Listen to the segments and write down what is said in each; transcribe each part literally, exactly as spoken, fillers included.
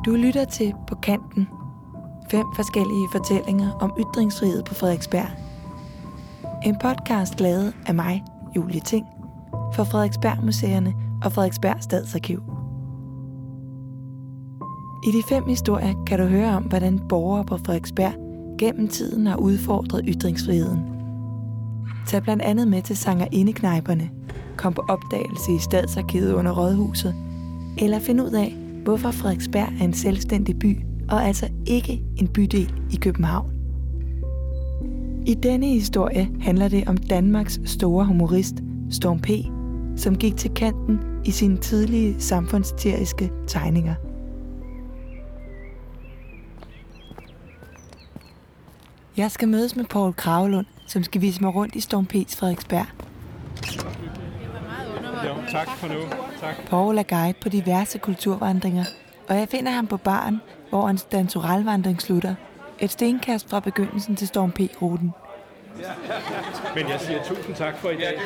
Du lytter til På Kanten. Fem forskellige fortællinger om ytringsfrihed på Frederiksberg. En podcast lavet af mig, Julie Ting, for Frederiksberg Museerne og Frederiksberg Stadsarkiv. I de fem historier kan du høre om, hvordan borgere på Frederiksberg gennem tiden har udfordret ytringsfriheden. Tag blandt andet med til sangerindeknejperne, kom på opdagelse i Stadsarkivet under Rådhuset, eller find ud af, hvorfor Frederiksberg er en selvstændig by, og altså ikke en bydel i København. I denne historie handler det om Danmarks store humorist, Storm P., som gik til kanten i sine tidlige samfundsteoriske tegninger. Jeg skal mødes med Poul Kragelund, som skal vise mig rundt i Storm P's Frederiksberg. Jo, tak for nu. Tak. Poul er guide på diverse kulturvandringer, og jeg finder ham på baren, hvor en dansoralvandring slutter. Et stenkast fra begyndelsen til Storm P-ruten. Men jeg siger tusind tak for i dag.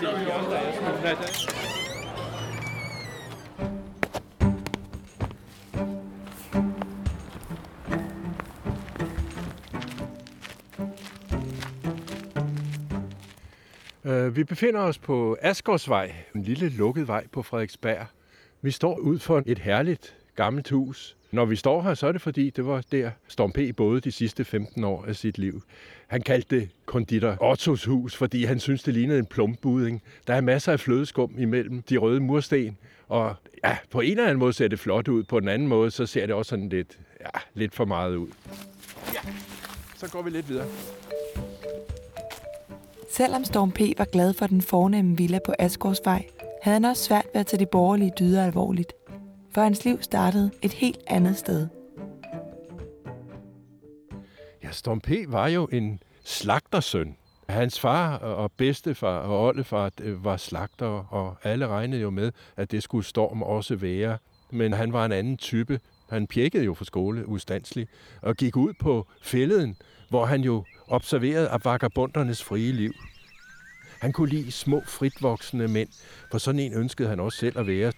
Vi befinder os på Asgårdsvej, en lille lukket vej på Frederiksberg. Vi står ud for et herligt gammelt hus. Når vi står her, så er det fordi, det var der Storm P. boede de sidste femten år af sit liv. Han kaldte det konditor Ottos hus, fordi han syntes, det lignede en plumbudding. Der er masser af flødeskum imellem de røde mursten, og ja, på en eller anden måde ser det flot ud. På den anden måde, så ser det også sådan lidt, ja, lidt for meget ud. Ja, så går vi lidt videre. Selvom Storm P. var glad for den fornemme villa på Asgårdsvej, havde han også svært ved at tage de borgerlige dyder alvorligt. For hans liv startede et helt andet sted. Ja, Storm P. var jo en slagtersøn. Hans far og bedstefar og oldefar var slagter, og alle regnede jo med, at det skulle Storm også være. Men han var en anden type. Han pjekkede jo fra skole ustandsligt og gik ud på fælleden, hvor han jo observerede vagabondernes frie liv. Han kunne lide små, fritvoksende mænd, for sådan en ønskede han også selv at være.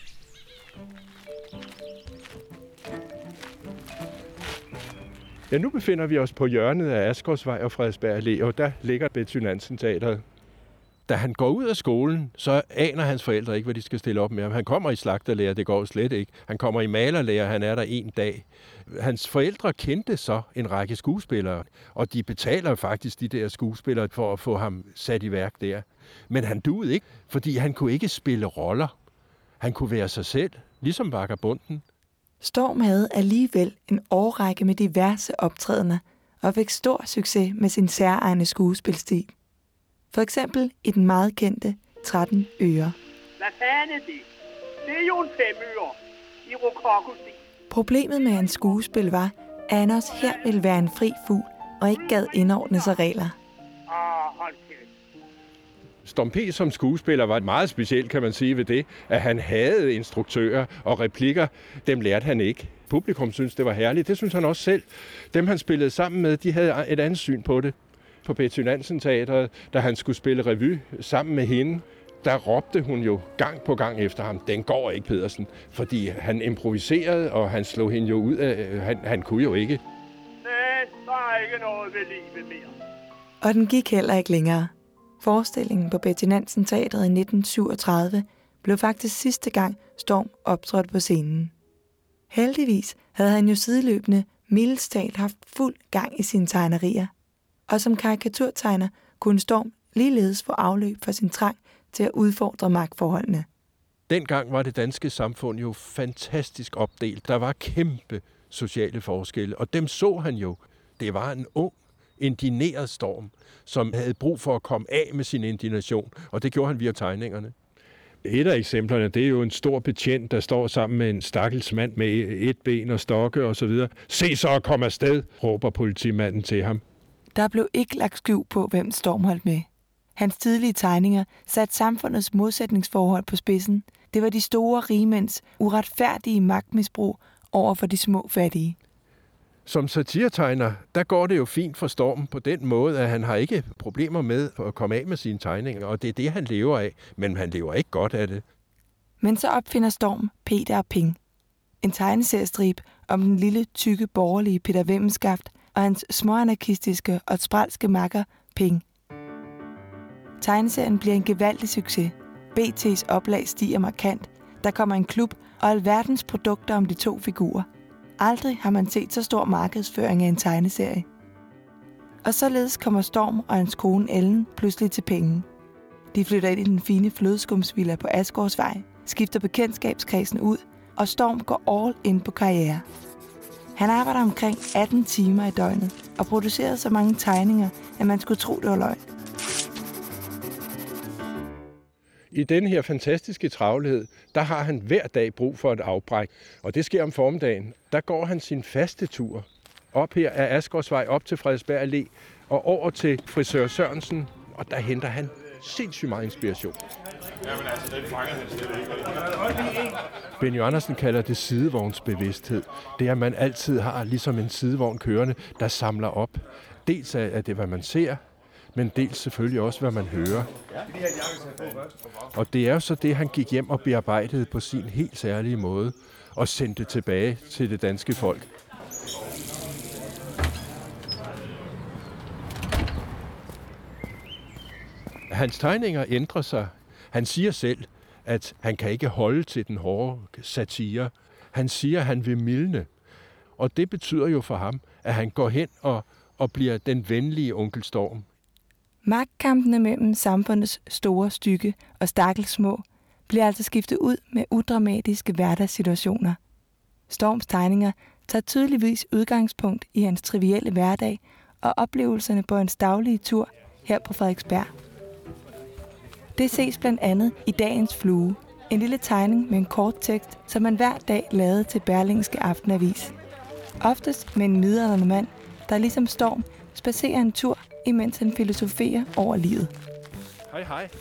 Ja, nu befinder vi os på hjørnet af Asgårdsvej og Frederiksberg Allé, og der ligger Betty Nansen Teatret. Da han går ud af skolen, så aner hans forældre ikke, hvad de skal stille op med ham. Han kommer i slagterlærer, det går slet ikke. Han kommer i malerlærer, han er der en dag. Hans forældre kendte så en række skuespillere, og de betaler faktisk de der skuespillere for at få ham sat i værk der. Men han duede ikke, fordi han kunne ikke spille roller. Han kunne være sig selv, ligesom vagabunden. Storm havde alligevel en årrække med diverse optrædener og fik stor succes med sin særegne skuespilstil. For eksempel i den meget kendte tretten øre. Hvad fanden er det? Det er jo en femøre i rokokostil. Problemet med hans skuespil var, at han også her ville være en fri fugl og ikke gad indordne sig regler. Ah, hold kæft. Storm P. som skuespiller var meget specielt, kan man sige, ved det, at han havde instruktører og replikker. Dem lærte han ikke. Publikum synes det var herligt. Det synes han også selv. Dem, han spillede sammen med, de havde et andet syn på det. På Betty Nansen Teatret, da han skulle spille revy sammen med hende, der råbte hun jo gang på gang efter ham, den går ikke, Pedersen, fordi han improviserede, og han slog hende jo ud af, han, han kunne jo ikke. Nej, der er ikke noget ved livet mere. Og den gik heller ikke længere. Forestillingen på Betty Nansen Teatret i nitten syvogtredive blev faktisk sidste gang Storm optrådte på scenen. Heldigvis havde han jo sideløbende mildest talt haft fuld gang i sine tegnerier. Og som karikaturtegner kunne Storm ligeledes få afløb for sin trang til at udfordre magtforholdene. Dengang var det danske samfund jo fantastisk opdelt. Der var kæmpe sociale forskelle, og dem så han jo. Det var en ung, indigneret Storm, som havde brug for at komme af med sin indignation, og det gjorde han via tegningerne. Et af eksemplerne, det er jo en stor betjent, der står sammen med en stakkels mand med et ben og stokke osv. Se så at komme afsted, råber politimanden til ham. Der blev ikke lagt skjul på, hvem Storm holdt med. Hans tidlige tegninger satte samfundets modsætningsforhold på spidsen. Det var de store rigmænds uretfærdige magtmisbrug over for de små fattige. Som satiretegner, der går det jo fint for Storm på den måde, at han har ikke problemer med at komme af med sine tegninger, og det er det, han lever af, men han lever ikke godt af det. Men så opfinder Storm Peter og Ping. En tegneseriestrip om den lille, tykke, borgerlige Peter Vemmenskaft og hans småanarkistiske og spralske makker Ping. Tegneserien bliver en gevaldig succes. B T's oplag stiger markant. Der kommer en klub og alverdens produkter om de to figurer. Aldrig har man set så stor markedsføring af en tegneserie. Og således kommer Storm og hans kone Ellen pludselig til penge. De flytter ind i den fine flødeskumsvilla på Asgårdsvej, skifter bekendtskabskredsen ud, og Storm går all in på karriere. Han arbejder omkring atten timer i døgnet og producerer så mange tegninger, at man skulle tro, det var løgn. I denne her fantastiske travlhed, der har han hver dag brug for et afbræk. Og det sker om formiddagen. Der går han sin faste tur op her af Asgårdsvej, op til Frederiksberg Allé og over til frisør Sørensen. Og der henter han sindssygt meget inspiration. Jamen altså, den fanger han slet ikke. Benny Andersen kalder det sidevognsbevidsthed. Det er, at man altid har ligesom en sidevogn kørende, der samler op. Dels er det, hvad man ser, men dels selvfølgelig også, hvad man hører. Og det er jo så det, han gik hjem og bearbejdede på sin helt særlige måde og sendte tilbage til det danske folk. Hans tegninger ændrer sig. Han siger selv, at han kan ikke holde til den hårde satire. Han siger, at han vil mildne. Og det betyder jo for ham, at han går hen og, og bliver den venlige onkel Storm. Magtkampene mellem samfundets store stykke og stakkels små bliver altså skiftet ud med udramatiske hverdagssituationer. Storms tegninger tager tydeligvis udgangspunkt i hans trivielle hverdag og oplevelserne på hans daglige tur her på Frederiksberg. Det ses blandt andet i Dagens Flue, en lille tegning med en kort tekst, som man hver dag lavede til Berlingske Aftenavis. Oftest med en midaldrende mand, der ligesom Storm spacerer en tur, imens han filosoferer over livet. Hej, hej.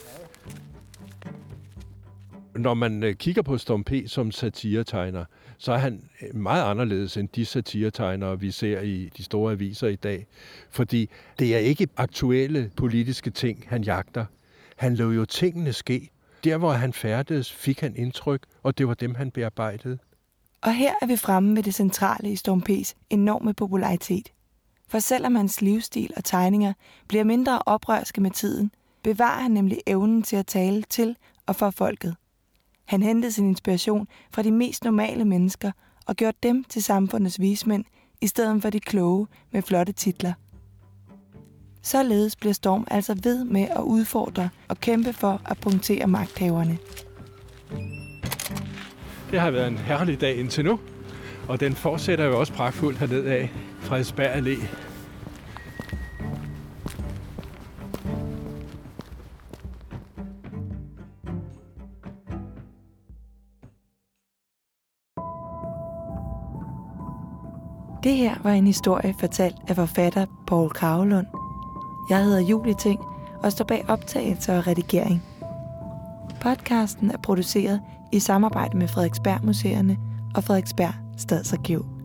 Når man kigger på Storm P. som satiretegner, så er han meget anderledes end de satiretegnere, vi ser i de store aviser i dag. Fordi det er ikke aktuelle politiske ting, han jagter. Han lod jo tingene ske. Der, hvor han færdedes, fik han indtryk, og det var dem, han bearbejdede. Og her er vi fremme ved det centrale i Storm P's enorme popularitet. For selvom hans livsstil og tegninger bliver mindre oprørske med tiden, bevarer han nemlig evnen til at tale til og for folket. Han hentede sin inspiration fra de mest normale mennesker og gjorde dem til samfundets vismænd, i stedet for de kloge med flotte titler. Således bliver Storm altså ved med at udfordre og kæmpe for at punktere magthaverne. Det har været en herlig dag indtil nu, og den fortsætter jo også pragtfuldt herned af Frederiksberg Allé. Det her var en historie fortalt af forfatter Poul Kragelund. Jeg hedder Julie Ting og står bag optagelse og redigering. Podcasten er produceret i samarbejde med Frederiksberg Museerne og Frederiksberg Stadsarkiv.